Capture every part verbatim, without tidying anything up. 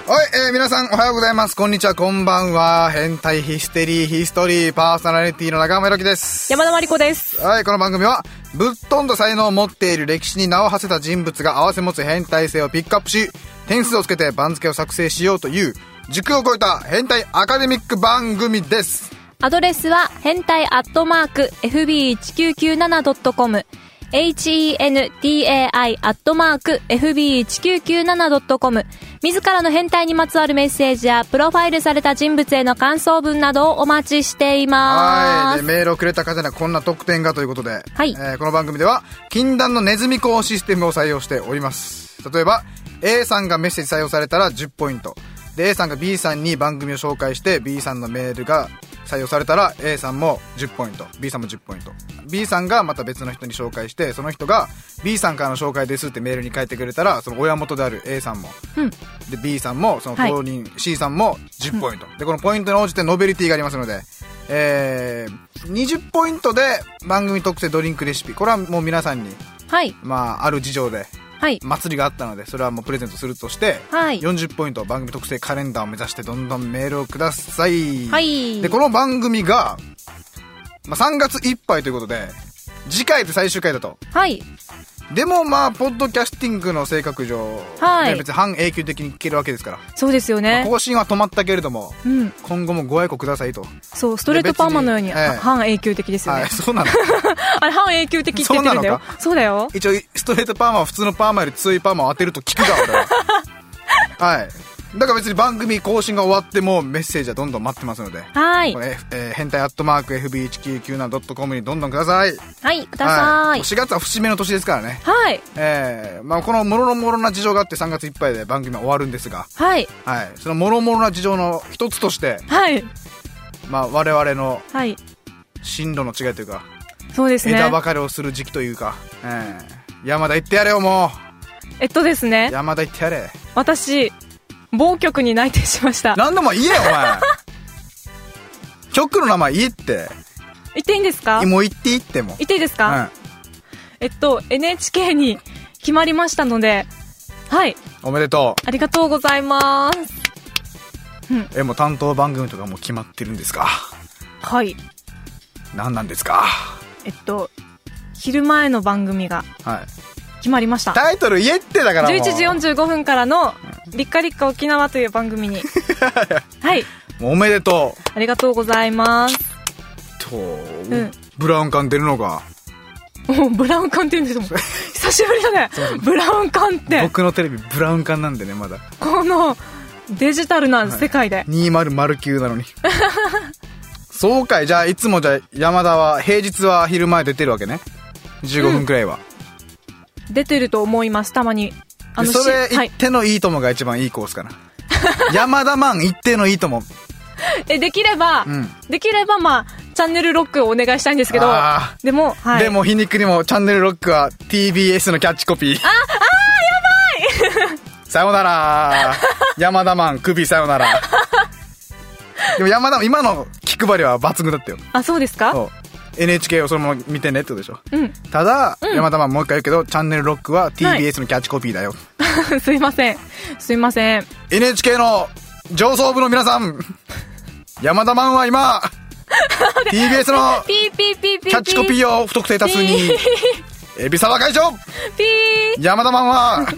はい、えー、皆さんおはようございます。こんにちは、こんばんは。変態ヒステリーヒストリーパーソナリティの中山ひろきです。 山田真理子です。 はい、この番組はぶっ飛んだ才能を持っている歴史に名を馳せた人物が併せ持つ変態性をピックアップし、点数をつけて番付を作成しようという軸を超えた変態アカデミック番組です。 アドレスは変態アットマーク エフビーいちきゅうきゅうななドットコム ヘンタイ アットマーク エフビーいちきゅうきゅうななドットコム 自らの変態にまつわるメッセージやプロファイルされた人物への感想文などをお待ちしています。 はい、でメールをくれた方にはこんな特典がということで、 はい、 えー、この番組では禁断のネズミ講システムを採用しております。例えば A さんがメッセージ採用されたらじゅっポイントで A さんが B さんに番組を紹介して B さんのメールが採用されたら A さんもじゅっポイント B さんもじゅっポイント B さんがまた別の人に紹介してその人が B さんからの紹介ですってメールに書いてくれたらその親元である A さんも、うん、で B さんもその当人、はい、C さんもじゅっポイント、うん、でこのポイントに応じてノベリティがありますので、えー、にじゅっポイントで番組特製ドリンクレシピ、これはもう皆さんに、はい、まあある事情ではい、祭りがあったのでそれはもうプレゼントするとして、はい、よんじゅっポイント番組特製カレンダーを目指してどんどんメールをください、はい、でこの番組が、まあ、さんがついっぱいということで次回で最終回だと、はい、でもまあポッドキャスティングの性格上、はい、ね、別に半永久的に聞けるわけですから。 そうですよね、 まあ、更新は止まったけれども、うん、今後もご愛顧くださいと。そうストレートパーマのように、えー、半永久的ですよね。 そうなのあれ半永久的って言ってるんだよ。そうだよ。 一応ストレートパーマは普通のパーマより強いパーマを当てると聞くが俺ははいだから別に番組更新が終わってもメッセージはどんどん待ってますので、はい、これ、えー、変態アットマーク エフビーいちきゅうきゅうななドットコム にどんどんください。 はいください、はい、 しがつは節目の年ですからね。はい、えーまあ、このもろもろな事情があってさんがついっぱいで番組は終わるんですが、はい、はい、そのもろもろな事情の一つとして、はい、まあ、我々の進路の違いというか、そうですね、枝分かれをする時期というか、えー、山田言ってやれよもう。 えっとですね、 山田言ってやれ。私某局に内定しました。 何でも言えよお前局の名前言えって。 言っていいんですか？ もう言っていいっても言っていいですか、うん、えっと エヌエイチケー に決まりましたので、はい、 おめでとう。 ありがとうございます、 うん、えもう担当番組とかも決まってるんですか？ はい。 何なんですか？ えっと昼前の番組が決まりました、 はい、タイトル言えってだからもうじゅういちじよんじゅうごふんからのリッカリッカ沖縄という番組にはい、 もうおめでとう。 ありがとうございますと、うん、ブラウン管出るのか。 ブラウン管って言うんですもん久しぶりだねブラウン管って。 僕のテレビブラウン管なんでね、まだこのデジタルな世界で、はい、 にせんきゅうなのにそうかい。じゃあいつもじゃあ山田は平日は昼前出てるわけね。じゅうごふんくらいは、 うん、出てると思います。たまにあのそれ一定のいいともが一番いいコースかな山田マン一定のいいともえできれば、うん、できればまあチャンネルロックをお願いしたいんですけど、でも、はい、 でも皮肉にもチャンネルロックは ティービーエス のキャッチコピー。 ああやばいさよなら山田マン首さよならでも山田今の気配りは抜群だったよ。 あ、そうですか？そうエヌエイチケー をそのまま見てねってことでしょ、うん、ただ、うん、山田マンもう一回言うけどチャンネルロックは ティービーエス のキャッチコピーだよ、 はい、すいませんすいませんエヌエイチケー の上層部の皆さん山田マンは今ティービーエス のキャッチコピーを不特定多数に海老沢会長ピー山田マンは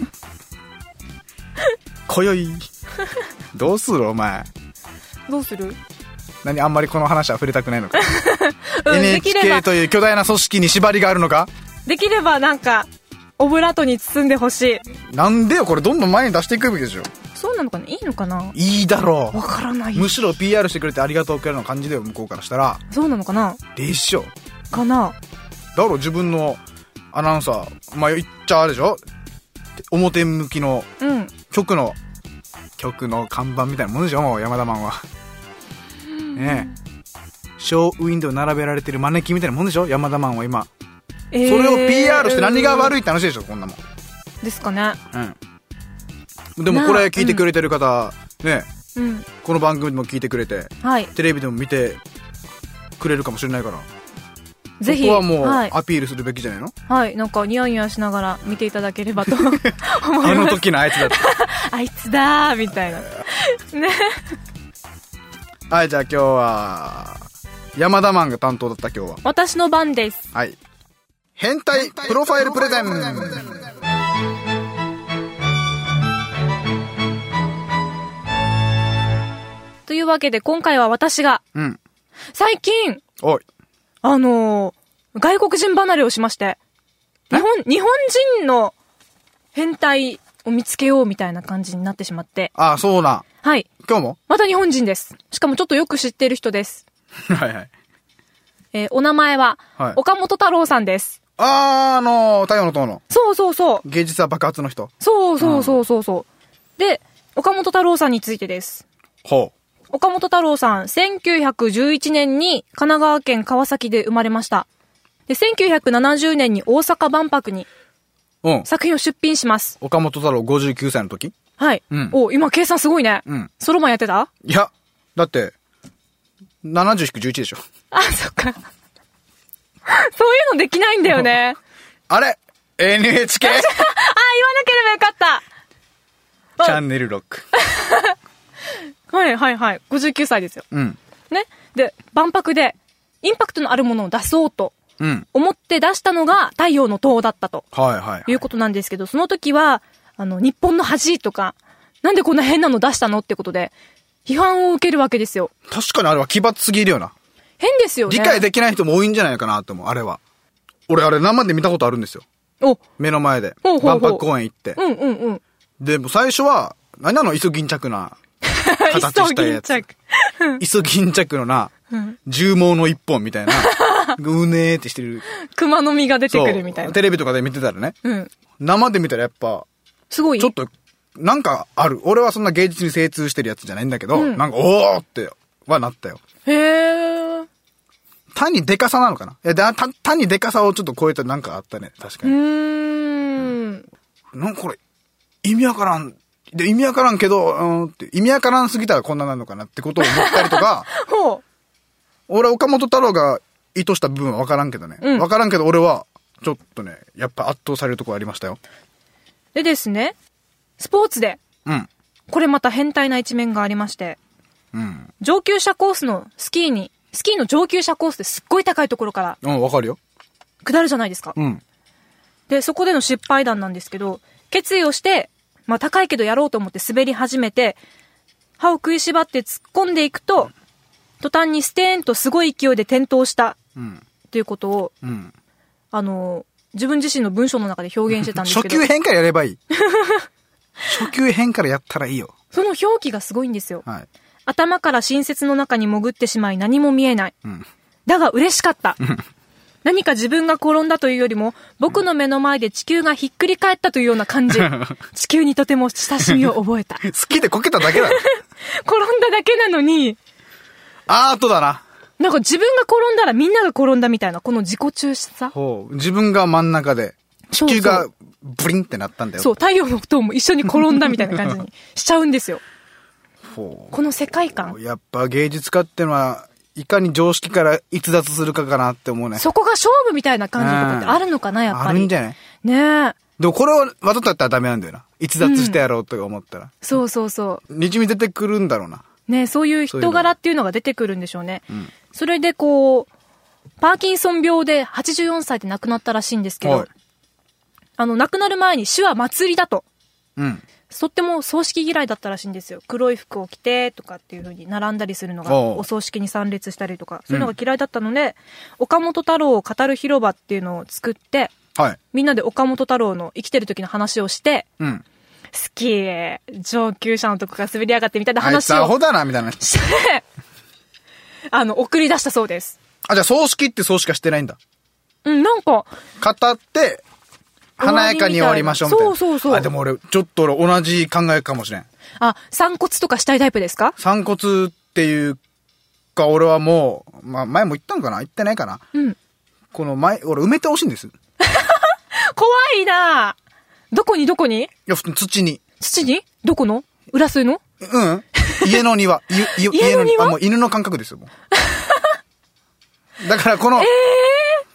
今宵どうするお前。 どうする？ 何あんまりこの話は触れたくないのか、うん、エヌエイチケー という巨大な組織に縛りがあるのか。 できればなんかオブラートに包んでほしい。なんでよ、これどんどん前に出していくべきでしょ。 そうなのかな、いいのかな。 いいだろう。 わからない。 むしろ ピーアール してくれてありがとうくらいの感じだよ、向こうからしたら。 そうなのかな。 でしょかな。 だろう、自分のアナウンサーまあ言っちゃあれでしょ、表向きの、うん、局の局の看板みたいなもんでしょ、もう山田マンはねえ、ショーウィンドウ並べられてるマネキンみたいなもんでしょ山田マンは今、えー、それを ピーアール して何が悪いって話でしょ、こんなもんですかね。 うん。でもこれ聞いてくれてる方、うん、ね、うん、この番組でも聞いてくれて、はい、テレビでも見てくれるかもしれないから、ぜひそこはもうアピールするべきじゃないの。 はい、なんかニヤニヤしながら見ていただければと思います。 あの時のあいつだったあいつだーみたいなね。 はい、じゃあ今日は、山田マンが担当だった今日は。 私の番です。 はい。変態プロファイルプレゼン。 というわけで今回は私が、 うん。 最近、 おい。 あのー、外国人離れをしまして、日本、日本人の変態を見つけようみたいな感じになってしまって。 ああ、そうな。 はい。 今日もまた日本人です。しかもちょっとよく知ってる人です。 はいはい。 えー、お名前は、はい、岡本太郎さんです。 あー、あのー、太陽の塔の。 そうそうそう。 芸術は爆発の人。 そうそうそうそうそう、うん。で、岡本太郎さんについてです。 ほう。 岡本太郎さん、せんきゅうひゃくじゅういちねんに神奈川県川崎で生まれました。で、せんきゅうひゃくななじゅうねんに大阪万博に、うん。作品を出品します。 岡本太郎ごじゅうきゅうさいの時？ はい。うん。お、今計算すごいね。うん。ソロマンやってた？ いや、だって、ななじゅう引くじゅういちでしょ。 あ、そっか。そういうのできないんだよね。 あれ ?エヌエイチケー? あ、言わなければよかった。 チャンネルロック。 はいはいはい。ごじゅうきゅうさいですよ。 うん。 ね。で、万博で、インパクトのあるものを出そうと、思って出したのが太陽の塔だったと。はいはい、はい。いうことなんですけど、その時は、あの、日本の恥とか、なんでこんな変なの出したのってことで、批判を受けるわけですよ。 確かにあれは奇抜すぎるよな。 変ですよね。 理解できない人も多いんじゃないかなと思う、あれは。俺あれ生で見たことあるんですよ。お目の前で。ほうほうほう万博公園行って。うんうんうん。で、も最初は、何なのイソギンチャクな、形したやつ。イソギンチャク。イソギンチャクのな、うん、銃毛の一本みたいな、うねーってしてる。 熊の実が出てくるみたいな。 テレビとかで見てたらね。うん。生で見たらやっぱ、 すごい。 ちょっと、なんかある。俺はそんな芸術に精通してるやつじゃないんだけど、うん、なんか、おーってはなったよ。 へー。 単にデカさなのかないや、だ、単、単にデカさをちょっと超えたなんかあったね。確かに。うーん。なんかこれ、意味わからん。で、意味わからんけど、うんって、意味わからんすぎたらこんななのかなってことを思ったりとか、ほう。俺は岡本太郎が意図した部分はわからんけどね。わ、うん、からんけど俺は、ちょっとね、やっぱ圧倒されるところありましたよ。 でですね、スポーツで、うん。これまた変態な一面がありまして、うん。上級者コースのスキーに、スキーの上級者コースですっごい高いところから。 うん、わかるよ。 下るじゃないですか。うん。で、そこでの失敗談なんですけど、決意をして、まあ高いけどやろうと思って滑り始めて、歯を食いしばって突っ込んでいくと、途端にステーンとすごい勢いで転倒した。うん。っていうことを、うん。あの、自分自身の文章の中で表現してたんですけど。 初級編からやればいい。初級編からやったらいいよ。 その表記がすごいんですよ。はい。頭から新雪の中に潜ってしまい何も見えない。うん、だが嬉しかった。何か自分が転んだというよりも、僕の目の前で地球がひっくり返ったというような感じ。地球にとても親しみを覚えた。 好きでこけただけだ。 転んだだけなのに。 アートだな。 なんか自分が転んだらみんなが転んだみたいな、この自己中さ。 ほう。自分が真ん中で、地球がブリンってなったんだよ。 そう、太陽の塔も一緒に転んだみたいな感じにしちゃうんですよ。この世界観。 やっぱ芸術家ってのは、いかに常識から逸脱するかかなって思うね。 そこが勝負みたいな感じとかってあるのかな、やっぱり。 あるんじゃないねえ。 でもこれをわざとやったらダメなんだよな。逸脱してやろうとか思ったら。うん、 そうそうそう。 にじみ出てくるんだろうな。 ねえ、そういう人柄っていうのが出てくるんでしょうね。うん、それでこう、パーキンソン病ではちじゅうよんさいで亡くなったらしいんですけど、あの、亡くなる前に死は祭りだと。うん。とっても葬式嫌いだったらしいんですよ。黒い服を着てとかっていう風に並んだりするのが、お葬式に参列したりとか、そういうのが嫌いだったので、うん、岡本太郎を語る広場っていうのを作って、はい、みんなで岡本太郎の生きてる時の話をして、うん、スキー上級者のとこから滑り上がってみたいな話を。 あいつアホだなみたいな。して、 あの、送り出したそうです。 あ、じゃあ葬式ってそうしかしてないんだ。 うん、なんか。 語って、華やかに終わりましょうみたいな。 そうそうそう。 あ、でも俺、ちょっと俺同じ考えかもしれん。 あ、散骨とかしたいタイプですか？ 散骨っていうか、俺はもう、まあ前も言ったのかな？言ってないかな？うん。この前、俺埋めてほしいんです。 怖いなぁ。どこにどこに？いや、普通に土に。 土に？どこの？浦添の？ うん。家の庭。家の庭？あ、もう犬の感覚ですよ、もう。だからこの、え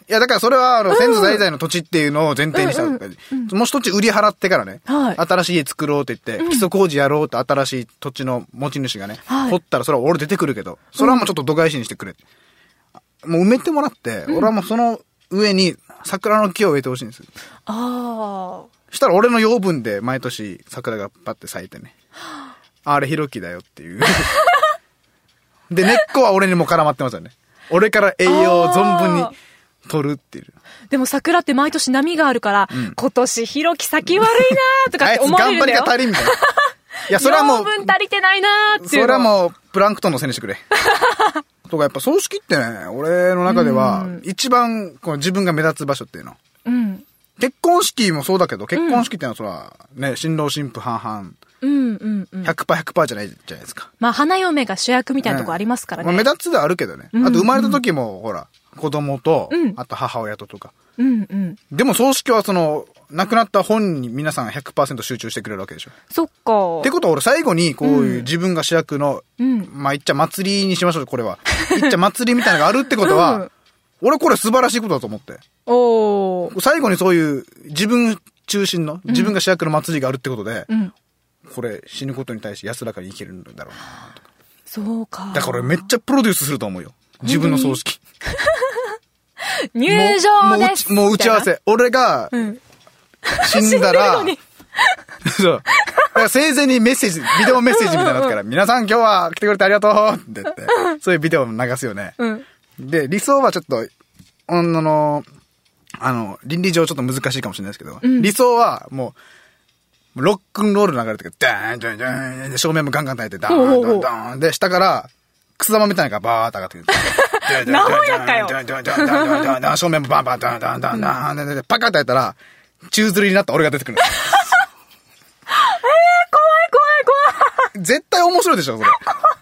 いや、だからそれは、あの、先祖代々の土地っていうのを前提にした、うんうんうん、もし土地売り払ってからね、はい、新しい家作ろうって言って、うん、基礎工事やろうって新しい土地の持ち主がね、はい、掘ったらそれは俺出てくるけど、それはもうちょっと度外視にしてくれ。うん、もう埋めてもらって、俺はもうその上に桜の木を植えてほしいんです。ああ。したら俺の養分で毎年桜がパッて咲いてね。あれ、ひろきだよっていう。で、根っこは俺にも絡まってますよね。俺から栄養を存分に取るっていう。 でも桜って毎年波があるから、うん、今年ひろき先悪いなーとかって思われるんだよ。 あいつ頑張りが足りんみたいな。いや、それはもう。 養分足りてないなーっていう。 それはもう、プランクトンのせいにしてくれ。とかやっぱ葬式ってね、俺の中では、一番この自分が目立つ場所っていうの。うん。結婚式もそうだけど、結婚式ってのはそら、ね、新郎新婦半々。うんうんうん。ひゃくパーセント、ひゃくパーセント じゃないじゃないですか。 まあ、花嫁が主役みたいなとこありますからね。 まあ、目立つではあるけどね。あと生まれた時も、ほら、子供と、あと母親ととか。うんうん。でも葬式はその、亡くなった本に皆さん ひゃくパーセント 集中してくれるわけでしょ。 そっか。 ってことは俺最後にこういう自分が主役の、うん、まあ言っちゃ祭りにしましょう、これは。言っちゃ祭りみたいなのがあるってことは、うん、俺これ素晴らしいことだと思って。おー。最後にそういう自分中心の、自分が主役の祭りがあるってことで、うん、これ死ぬことに対して安らかに生きれるんだろうなとか。 そうか。 だから俺めっちゃプロデュースすると思うよ。自分の葬式。 入場です。 もう、もう打ち合わせ。俺が、うん死んだら、そう。だから生前にメッセージ、ビデオメッセージみたいなのから、皆さん今日は来てくれてありがとうって言って、そういうビデオを流すよね。うん、で、理想はちょっと、あの、あの、倫理上ちょっと難しいかもしれないですけど、うん、理想はもう、ロックンロール流れてくる、ダーン、ダーン、ダーン、で、照明もガンガン焚いて、ダーン、ダーン、ダーン、で、下から、くす玉みたいなのがバーッと上がってくる。 なおやかよ。 照明もバンバン、ダーン、ダーン、ダーン、ダーン、で、パカッとやったら、宙吊りになった俺が出てくる。えー、 怖い怖い怖い。 絶対面白いでしょ、それ。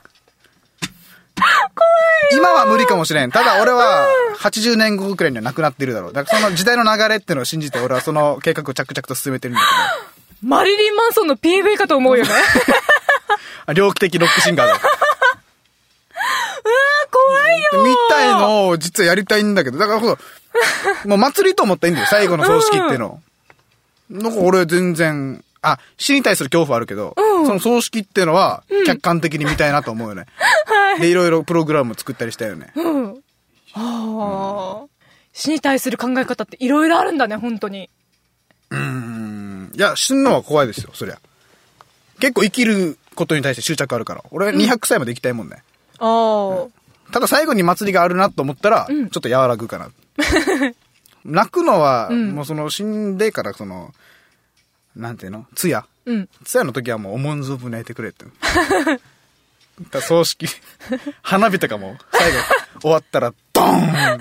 今は無理かもしれん。ただ俺ははちじゅうねんごくらいには亡くなってるだろう。だからその時代の流れっていうのを信じて俺はその計画を着々と進めてるんだけど。マリリン・マンソンの ピーブイ かと思うよね。 猟奇的ロックシンガーだ。うわー、怖いよ。 みたいのを実はやりたいんだけど、だからこそ、もう祭りと思ったらいいんだよ、最後の葬式っていうの。うん、なんか俺全然、あ、死に対する恐怖はあるけど、うん、その葬式っていうのは客観的に見たいなと思うよね。うん、で、いろいろプログラム作ったりしたよね。うん。はあ、うん。死に対する考え方っていろいろあるんだね、本当に。 うーん。いや、死ぬのは怖いですよ、そりゃ。結構生きることに対して執着あるから。俺はにひゃくさいまで生きたいもんね。うん、ああ、うん。ただ最後に祭りがあるなと思ったら、うん、ちょっと和らぐかな。泣くのは、うん、もうその死んでからその、なんていうの通夜、うん、通夜の時はもう思う存分泣いてくれって。だ葬式、花火とかも最後終わったらドーン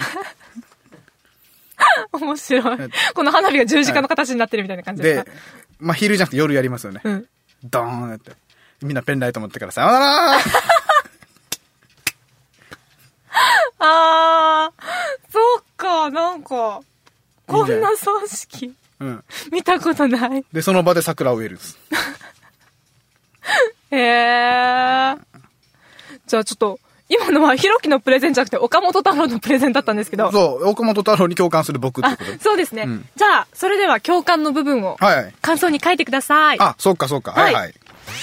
面白い。この花火が十字架の形になってるみたいな感じですか。 で、まあ昼じゃなくて夜やりますよね。うん、ドーンって。みんなペンライト持ってからさよならあー、そっか、なんか、こんな葬式。うん。見たことない。 で、その場で桜を植えるんです。 へー。じゃあちょっと、今のはひろきのプレゼンじゃなくて岡本太郎のプレゼンだったんですけど。 そう、岡本太郎に共感する僕ってことで。 そうですね。うん、じゃあ、それでは共感の部分を、はい。感想に書いてください。 あ、そうかそうか。はい、はい、はい。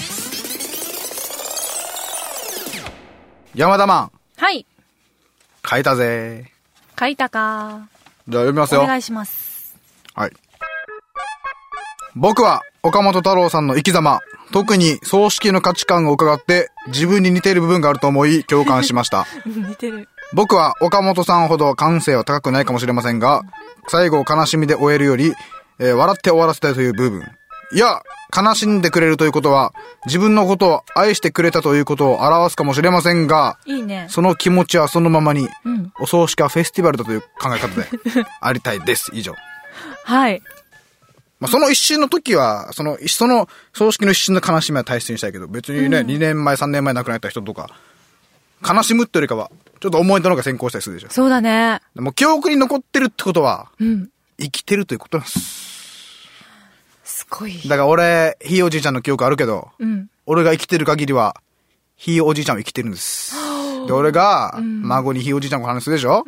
山田マン。 はい。 書いたぜ。 書いたか。 じゃあ読みますよ。 お願いします。 はい。僕は岡本太郎さんの生き様、特に葬式の価値観を伺って自分に似ている部分があると思い共感しました。 似てる。 僕は岡本さんほど感性は高くないかもしれませんが、最後を悲しみで終えるより、えー、笑って終わらせたいという部分。いや、悲しんでくれるということは、自分のことを愛してくれたということを表すかもしれませんが、 いいね。 その気持ちはそのままに、うん、お葬式はフェスティバルだという考え方でありたいです。以上。 はい。 まあ、その一瞬の時は、その、その葬式の一瞬の悲しみは大切にしたいけど、別にね、うん、にねんまえ、さんねんまえ亡くなった人とか、悲しむってよりかは、ちょっと思い出の方が先行したりするでしょ。 そうだね。 でも記憶に残ってるってことは、うん、生きてるということなんです。 すごい。 だから俺、ひいおじいちゃんの記憶あるけど、うん、俺が生きてる限りは、ひいおじいちゃんは生きてるんです。で、俺が、孫にひいおじいちゃんの話するでしょ、うん、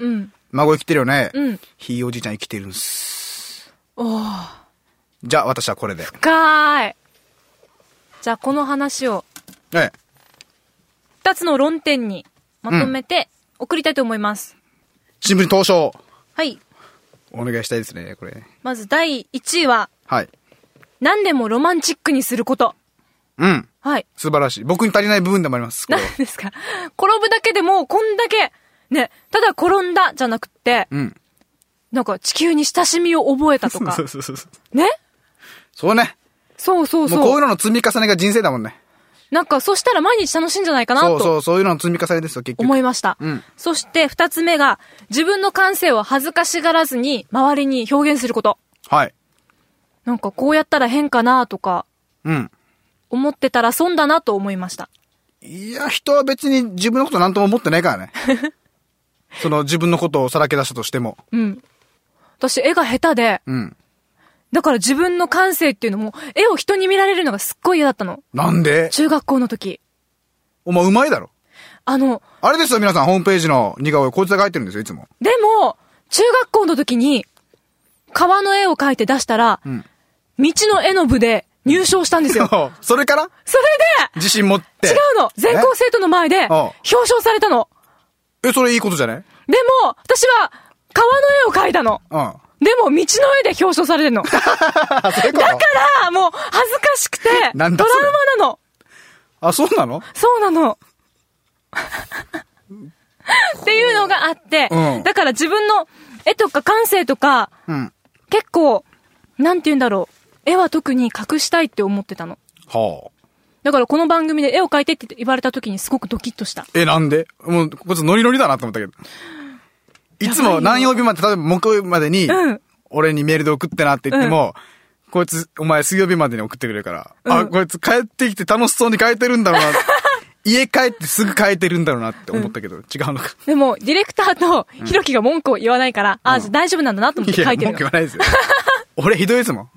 孫生きてるよね。 うん。 ひいおじいちゃん生きてるんす。 おー。 じゃあ、私はこれで。 深い。じゃあ、この話を、 ええ。 二つの論点にまとめて送りたいと思います。 新聞投書。 はい。 お願いしたいですね、これ。 まず第一位は、 はい。 何でもロマンチックにすること。 うん。 はい。 素晴らしい。僕に足りない部分でもあります。 何ですか？転ぶだけでも、こんだけ、ね、ただ転んだじゃなくて、 うん。 なんか地球に親しみを覚えたとか。 そうそうそうそう。 ね？ そうね。 そうそうそう。 もうこういうのの積み重ねが人生だもんね。 なんか、そしたら毎日楽しいんじゃないかなと。 そうそう、そういうのの積み重ねですよ、結局。 思いました。 うん。 そして二つ目が、自分の感性を恥ずかしがらずに、周りに表現すること。 はい。 なんか、こうやったら変かなとか、 うん。 思ってたら損だなと思いました。 いや、人は別に自分のことなんとも思ってないからね。その自分のことをさらけ出したとしても。 うん。私、絵が下手で、 うん。 だから自分の感性っていうのも、絵を人に見られるのがすっごい嫌だったの。 なんで？ 中学校の時。 お前うまいだろ。 あの、 あれですよ、皆さん、ホームページの似顔絵、こいつが描いてるんですよ、いつも。 でも、中学校の時に、川の絵を描いて出したら、 うん。 道の絵の部で入賞したんですよ。 それからそれで、 自信持って。 違うの。全校生徒の前で、 おう表彰されたの。 え、それいいことじゃない？ でも、私は、川の絵を描いたの。 うん。 でも、道の絵で表彰されてるの。だかそういうことら、もう、恥ずかしくて、 なんだそれトラウマなの。 あ、そうなの？ そうなの。っていうのがあって、 うん、 だから自分の絵とか感性とか、 うん、 結構、なんて言うんだろう。絵は特に隠したいって思ってたの。 はあ。 だからこの番組で絵を描いてって言われた時にすごくドキッとした。 え、なんで？もう、こいつノリノリだなと思ったけど。いつも何曜日まで、例えば木曜日までに、うん、俺にメールで送ってなって言っても、うん、こいつ、お前水曜日までに送ってくれるから、うん、あ、こいつ帰ってきて楽しそうに書いてるんだろうな。家帰ってすぐ書いてるんだろうなって思ったけど、うん、違うのか。 でも、ディレクターとひろきが文句を言わないから、うん、あ、じゃあ大丈夫なんだなと思って書いてるの。 いや、文句言わないですよ。俺ひどいですもん。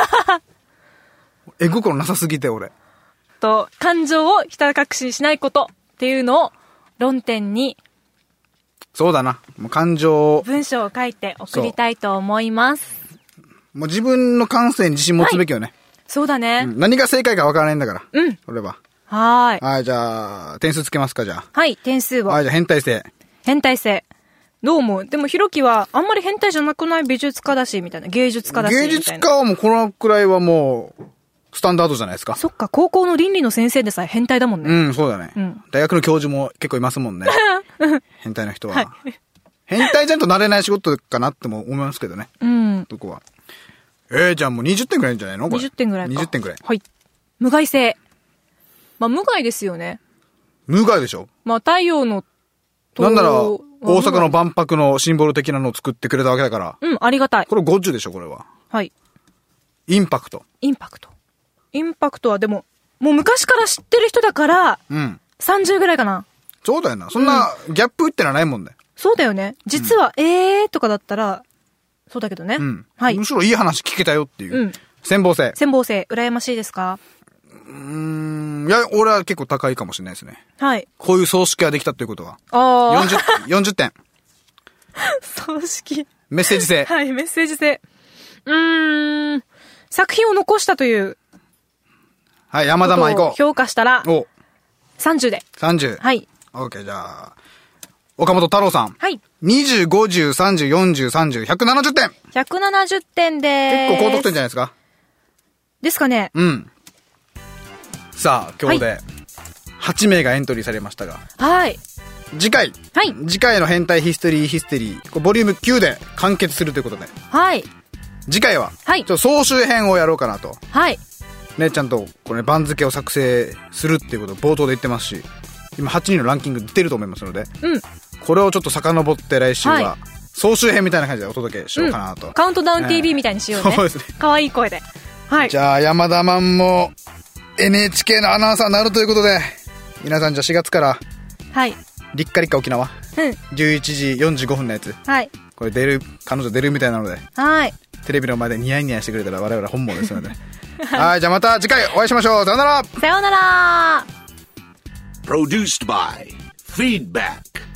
絵心なさすぎて、俺。 と、感情をひた隠しにしないことっていうのを論点に、 そうだな。もう感情を。 文章を書いて送りたいと思います。 もう自分の感性に自信持つべきよね。はい、 そうだね、 うん。何が正解かわからないんだから。 うん。 これは。 はーい。 はい、じゃあ、点数つけますか、じゃあ。 はい、点数を。 はい、じゃあ変態性。 変態性。どう思う？でもひろきは、あんまり変態じゃなくない？美術家だし、みたいな。芸術家だし、みたいな。 芸術家はもうこのくらいはもう、スタンダードじゃないですか。 そっか、高校の倫理の先生でさえ変態だもんね。 うん、そうだね。うん、大学の教授も結構いますもんね。変態の人は。はい、変態じゃんとなれない仕事かなっても思いますけどね。うん。そこは。えー、じゃあもうにじゅってんくらいじゃないの？これ。 にじゅってんぐらいか。 にじゅってんくらい。 はい。無害性。まあ、無害ですよね。 無害でしょ？ まあ、太陽の、 なんなら、大阪の万博のシンボル的なのを作ってくれたわけだから。 うん、ありがたい。 これごじゅうでしょ、これは。 はい。 インパクト。 インパクト。インパクトはでも、もう昔から知ってる人だから、うん。さんじゅうぐらいかな。 そうだよな。そんな、ギャップってのはないもんね。 そうだよね。実は、うん、えーとかだったら、そうだけどね。うん。はい。 むしろいい話聞けたよっていう。うん。羨望性。 羨望性、羨ましいですか？ うーん。いや、俺は結構高いかもしれないですね。 はい。 こういう葬式ができたということは。 ああ。 よんじゅう、よんじゅってん。 葬式。 メッセージ性。 はい、メッセージ性。うーん。作品を残したという。 はい、山田マン行こう。 評価したら、おさんじゅうで。 さんじゅう。 はい。 オッケー、じゃあ、岡本太郎さん。 はい。 にじゅう、ごじゅう、さんじゅう、よんじゅう、さんじゅう、ひゃくななじゅってん。 ひゃくななじゅってんでーす。 結構高得点じゃないですか。 ですかね。 うん。さあ、今日で、はちめいがエントリーされましたが。 はい。 次回。 はい。 次回の変態ヒストリーヒステリー、ボリュームきゅうで完結するということで。 はい。 次回は、 はい。 ちょっと総集編をやろうかなと。 はい。 ね、ちゃんと、これ、番付を作成するっていうことを冒頭で言ってますし、今はちにんのランキング出てると思いますので、うん。これをちょっと遡って来週は、総集編みたいな感じでお届けしようかなと。うん、 カウントダウン ティーブイ みたいにしようね。そうですね。可愛い声で。はい。 じゃあ、山田マンも エヌエイチケー のアナウンサーになるということで、皆さんじゃあしがつから、 はい。 リッカリッカ沖縄。うん。じゅういちじよんじゅうごふんのやつ。 はい。 これ出る、彼女出るみたいなので。 はい。 テレビの前でニヤニヤしてくれたら我々本望ですので。はい、じゃあまた次回お会いしましょう。さよなら。 さよなら。 Produced by Feedback